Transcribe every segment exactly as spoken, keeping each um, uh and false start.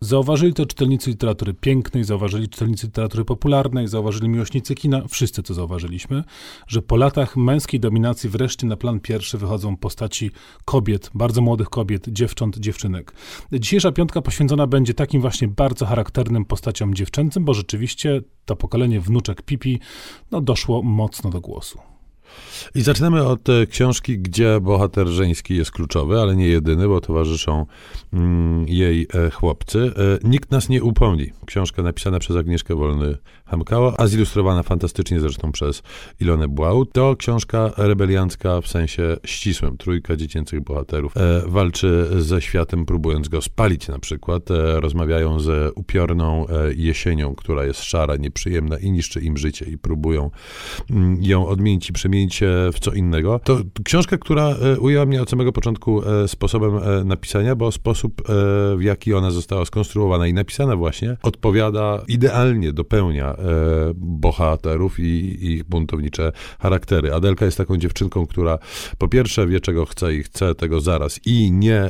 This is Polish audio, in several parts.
Zauważyli to czytelnicy literatury pięknej, zauważyli czytelnicy literatury popularnej, zauważyli miłośnicy kina, wszyscy to zauważyliśmy, że po latach męskiej dominacji wreszcie na plan pierwszy wychodzą postaci kobiet, bardzo młodych kobiet, dziewcząt, dziewczynek. Dzisiejsza piątka poświęcona będzie takim właśnie bardzo charakternym postaciom dziewczęcym, bo rzeczywiście to pokolenie wnuczek Pipi no, doszło mocno do głosu. I zaczynamy od e, książki, gdzie bohater żeński jest kluczowy, ale nie jedyny, bo towarzyszą mm, jej e, chłopcy. E, Nikt nas nie upomni. Książka napisana przez Agnieszkę Wolny-Hamkała, a zilustrowana fantastycznie zresztą przez Ilonę Błał. To książka rebeliancka w sensie ścisłym. Trójka dziecięcych bohaterów e, walczy ze światem, próbując go spalić na przykład. E, rozmawiają z upiorną e, jesienią, która jest szara, nieprzyjemna i niszczy im życie i próbują mm, ją odmienić i przemienić w co innego. To książka, która ujęła mnie od samego początku sposobem napisania, bo sposób, w jaki ona została skonstruowana i napisana właśnie, odpowiada, idealnie dopełnia bohaterów i ich buntownicze charaktery. Adelka jest taką dziewczynką, która po pierwsze wie, czego chce i chce tego zaraz i nie,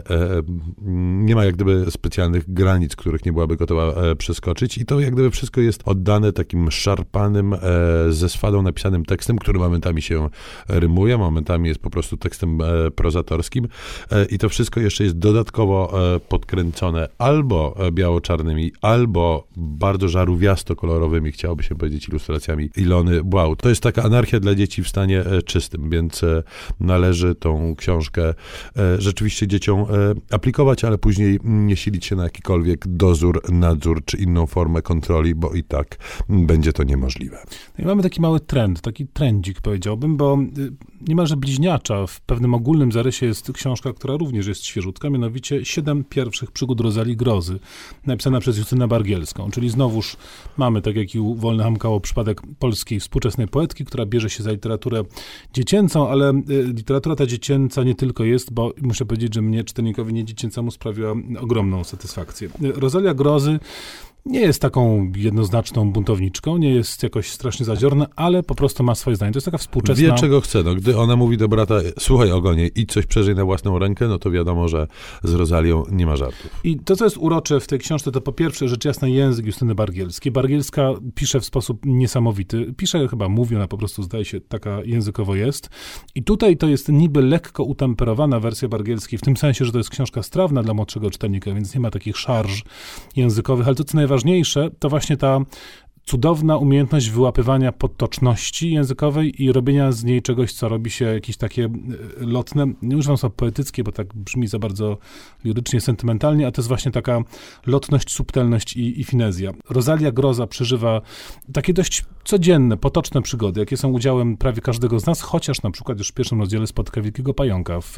nie ma jak gdyby specjalnych granic, których nie byłaby gotowa przeskoczyć i to jak gdyby wszystko jest oddane takim szarpanym, ze swadą napisanym tekstem, który momentami się rymuje, momentami jest po prostu tekstem e, prozatorskim e, i to wszystko jeszcze jest dodatkowo e, podkręcone albo biało-czarnymi, albo bardzo żarówiasto-kolorowymi, chciałoby się powiedzieć, ilustracjami Ilony Błał. To jest taka anarchia dla dzieci w stanie e, czystym, więc e, należy tą książkę e, rzeczywiście dzieciom e, aplikować, ale później nie silić się na jakikolwiek dozór, nadzór czy inną formę kontroli, bo i tak będzie to niemożliwe. No i mamy taki mały trend, taki trendzik powiedziałbym, bo niemalże bliźniacza w pewnym ogólnym zarysie jest książka, która również jest świeżutka, mianowicie Siedem pierwszych przygód Rozalii Grozy, napisana przez Justynę Bargielską, czyli znowuż mamy, tak jak i u Wolny-Hamkało, przypadek polskiej współczesnej poetki, która bierze się za literaturę dziecięcą, ale literatura ta dziecięca nie tylko jest, bo muszę powiedzieć, że mnie, czytelnikowi nie dziecięcemu, sprawiła ogromną satysfakcję. Rozalia Grozy nie jest taką jednoznaczną buntowniczką, nie jest jakoś strasznie zaziorna, ale po prostu ma swoje zdanie. To jest taka współczesna... Wie, czego chce. No, gdy ona mówi do brata, słuchaj, Ogonie, idź coś przeżyj na własną rękę, no to wiadomo, że z Rozalią nie ma żartów. I to, co jest urocze w tej książce, to po pierwsze, rzecz jasna, język Justyny Bargielskiej. Bargielska pisze w sposób niesamowity. Pisze, chyba mówi, ona po prostu, zdaje się, taka językowo jest. I tutaj to jest niby lekko utemperowana wersja Bargielskiej, w tym sensie, że to jest książka strawna dla młodszego czytelnika, więc nie ma takich szarż językowych, ale to, co najważniejsze, to właśnie ta cudowna umiejętność wyłapywania podtoczności językowej i robienia z niej czegoś, co robi się jakieś takie lotne, nie używam słowa poetyckie, bo tak brzmi za bardzo lirycznie, sentymentalnie, a to jest właśnie taka lotność, subtelność i, i finezja. Rozalia Groza przeżywa takie dość codzienne, potoczne przygody, jakie są udziałem prawie każdego z nas, chociaż na przykład już w pierwszym rozdziale spotka wielkiego pająka w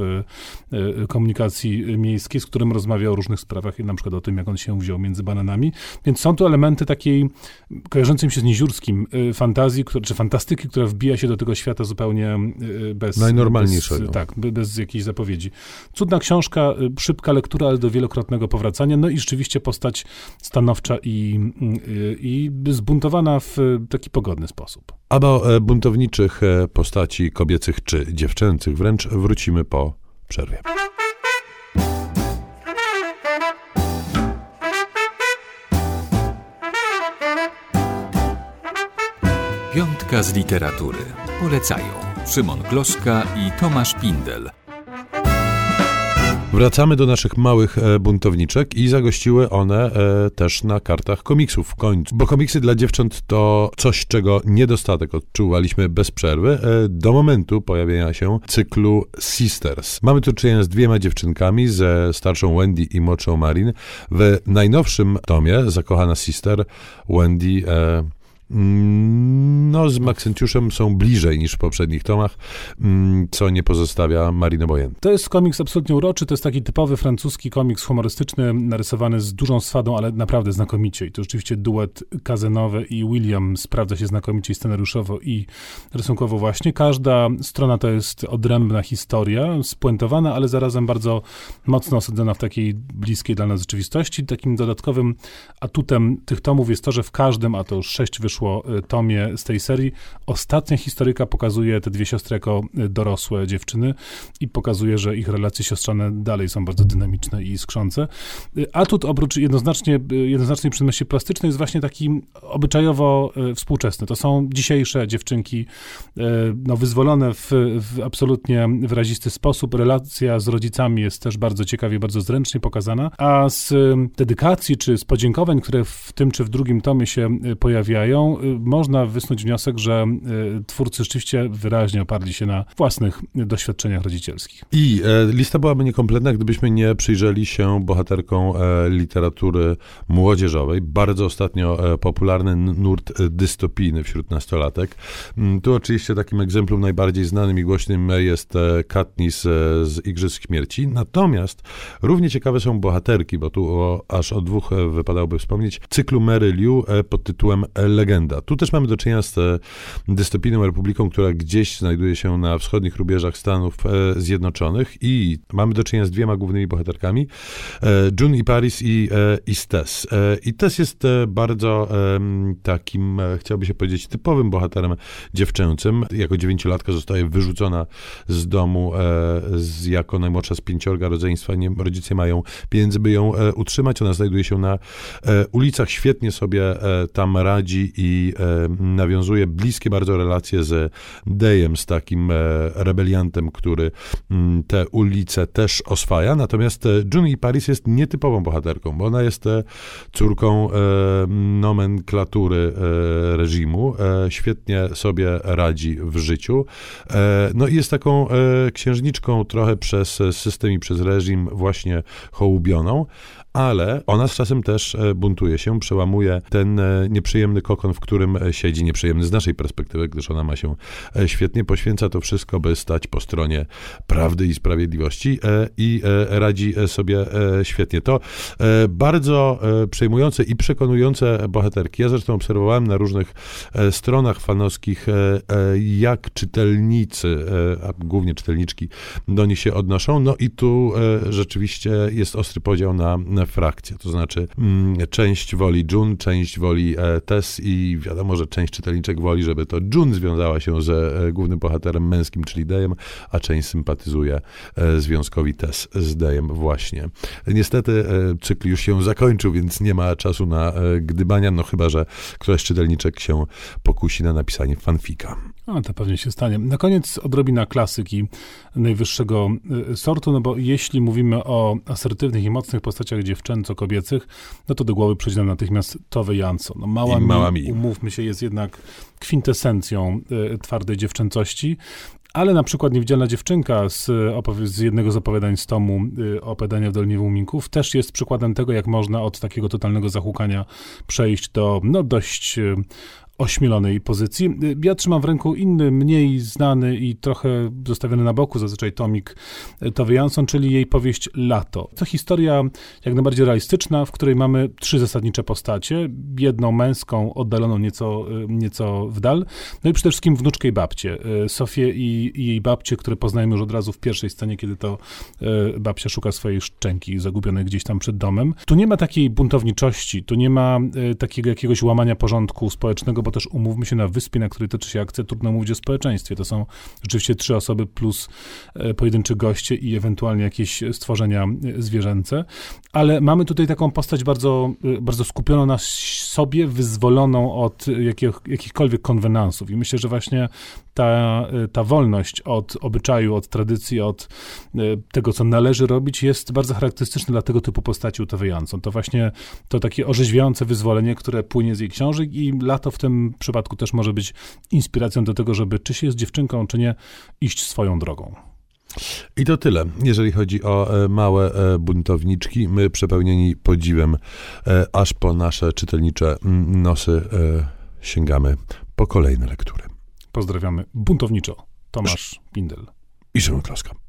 y, komunikacji miejskiej, z którym rozmawia o różnych sprawach, na przykład o tym, jak on się wziął między bananami. Więc są tu elementy takiej kojarzącym się z Niziurskim y, fantazji, który, czy fantastyki, która wbija się do tego świata zupełnie y, bez... Najnormalniejszego. Bez, tak, bez jakiejś zapowiedzi. Cudna książka, y, szybka lektura, ale do wielokrotnego powracania, no i rzeczywiście postać stanowcza i, y, i zbuntowana w taki pogodny sposób. A do buntowniczych postaci kobiecych czy dziewczęcych wręcz wrócimy po przerwie. Piątka z literatury. Polecają Szymon Gloszka i Tomasz Pindel. Wracamy do naszych małych e, buntowniczek i zagościły one e, też na kartach komiksów w końcu. Bo komiksy dla dziewcząt to coś, czego niedostatek odczuwaliśmy bez przerwy e, do momentu pojawienia się cyklu Sisters. Mamy tu czynienia z dwiema dziewczynkami, ze starszą Wendy i młodszą Marin. W najnowszym tomie zakochana sister Wendy e, no z Maksentiuszem są bliżej niż w poprzednich tomach, co nie pozostawia Marin obojętnej. To jest komiks absolutnie uroczy, to jest taki typowy francuski komiks humorystyczny, narysowany z dużą swadą, ale naprawdę znakomicie. I to rzeczywiście duet Cazenove i William sprawdza się znakomicie i scenariuszowo i rysunkowo właśnie. Każda strona to jest odrębna historia, spuentowana, ale zarazem bardzo mocno osadzona w takiej bliskiej dla nas rzeczywistości. Takim dodatkowym atutem tych tomów jest to, że w każdym, a to już sześć wyszło wyszło tomie z tej serii. Ostatnia historyjka pokazuje te dwie siostry jako dorosłe dziewczyny i pokazuje, że ich relacje siostrzane dalej są bardzo dynamiczne i iskrzące. Atut oprócz jednoznacznie, jednoznacznej przynależności plastycznej jest właśnie taki obyczajowo współczesny. To są dzisiejsze dziewczynki, no, wyzwolone w, w absolutnie wyrazisty sposób. Relacja z rodzicami jest też bardzo ciekawie, bardzo zręcznie pokazana, a z dedykacji czy z podziękowań, które w tym czy w drugim tomie się pojawiają, można wysnuć wniosek, że twórcy rzeczywiście wyraźnie oparli się na własnych doświadczeniach rodzicielskich. I e, lista byłaby niekompletna, gdybyśmy nie przyjrzeli się bohaterkom e, literatury młodzieżowej. Bardzo ostatnio e, popularny nurt dystopijny wśród nastolatek. Tu oczywiście takim egzemplum najbardziej znanym i głośnym jest e, Katniss e, z Igrzysk Śmierci. Natomiast równie ciekawe są bohaterki, bo tu o, aż o dwóch e, wypadałoby wspomnieć. Cyklu Mary Liu e, pod tytułem Legenda. Tu też mamy do czynienia z e, dystopijną republiką, która gdzieś znajduje się na wschodnich rubieżach Stanów e, Zjednoczonych i mamy do czynienia z dwiema głównymi bohaterkami, e, June i Paris i, e, i Tess. E, I Tess jest e, bardzo e, takim, e, chciałoby się powiedzieć, typowym bohaterem dziewczęcym. Jako dziewięciolatka zostaje wyrzucona z domu e, z, jako najmłodsza z pięciorga rodzeństwa. Nie, rodzice mają pieniędzy, by ją e, utrzymać. Ona znajduje się na e, ulicach, świetnie sobie e, tam radzi i e, nawiązuje bliskie bardzo relacje z Dejem, z takim e, rebeliantem, który m, te ulice też oswaja. Natomiast e, June i Paris jest nietypową bohaterką, bo ona jest e, córką e, nomenklatury e, reżimu. E, świetnie sobie radzi w życiu. E, no i jest taką e, księżniczką trochę przez system i przez reżim właśnie hołubioną, ale ona z czasem też buntuje się, przełamuje ten nieprzyjemny kokon, w którym siedzi, nieprzyjemny z naszej perspektywy, gdyż ona ma się świetnie, poświęca to wszystko, by stać po stronie prawdy i sprawiedliwości i radzi sobie świetnie. To bardzo przejmujące i przekonujące bohaterki. Ja zresztą obserwowałem na różnych stronach fanowskich, jak czytelnicy, a głównie czytelniczki, do nich się odnoszą. No i tu rzeczywiście jest ostry podział na, na frakcje, to znaczy mm, część woli June, część woli e, Tess i wiadomo, że część czytelniczek woli, żeby to June związała się z e, głównym bohaterem męskim, czyli Dejem, a część sympatyzuje e, związkowi Tess z Dejem właśnie. Niestety e, cykl już się zakończył, więc nie ma czasu na e, gdybania, no chyba, że któraś z czytelniczek się pokusi na napisanie fanfika. A, to pewnie się stanie. Na koniec odrobina klasyki najwyższego sortu, no bo jeśli mówimy o asertywnych i mocnych postaciach dziewczęco-kobiecych, no to do głowy przyjdzie nam natychmiast Tove Jansson. No mała, mała mi, mi, umówmy się, jest jednak kwintesencją y, twardej dziewczęcości, ale na przykład Niewidzialna dziewczynka z, opowi- z jednego z opowiadań z tomu y, Opowiadania w Dolinie Muminków też jest przykładem tego, jak można od takiego totalnego zahukania przejść do no dość y, ośmielonej pozycji. Ja trzymam w ręku inny, mniej znany i trochę zostawiony na boku zazwyczaj tomik Tove Jansson, czyli jej powieść Lato. To historia jak najbardziej realistyczna, w której mamy trzy zasadnicze postacie. Jedną męską, oddaloną nieco, nieco w dal, no i przede wszystkim wnuczkę i babcię. Sofię i, i jej babcię, które poznajemy już od razu w pierwszej scenie, kiedy to babcia szuka swojej szczęki zagubionej gdzieś tam przed domem. Tu nie ma takiej buntowniczości, tu nie ma takiego jakiegoś łamania porządku społecznego, bo też umówmy się, na wyspie, na której toczy się akcja, trudno mówić o społeczeństwie. To są rzeczywiście trzy osoby plus pojedynczy goście i ewentualnie jakieś stworzenia zwierzęce. Ale mamy tutaj taką postać bardzo, bardzo skupioną na sobie, wyzwoloną od jakich, jakichkolwiek konwenansów. I myślę, że właśnie ta, ta wolność od obyczaju, od tradycji, od tego, co należy robić, jest bardzo charakterystyczna dla tego typu postaci u Tove Jansson. To właśnie to takie orzeźwiające wyzwolenie, które płynie z jej książek i Lato w tym przypadku też może być inspiracją do tego, żeby czy się jest dziewczynką, czy nie, iść swoją drogą. I to tyle, jeżeli chodzi o e, małe e, buntowniczki. My przepełnieni podziwem e, aż po nasze czytelnicze m, nosy e, sięgamy po kolejne lektury. Pozdrawiamy buntowniczo. Tomasz Pindel i Szymon Kloska.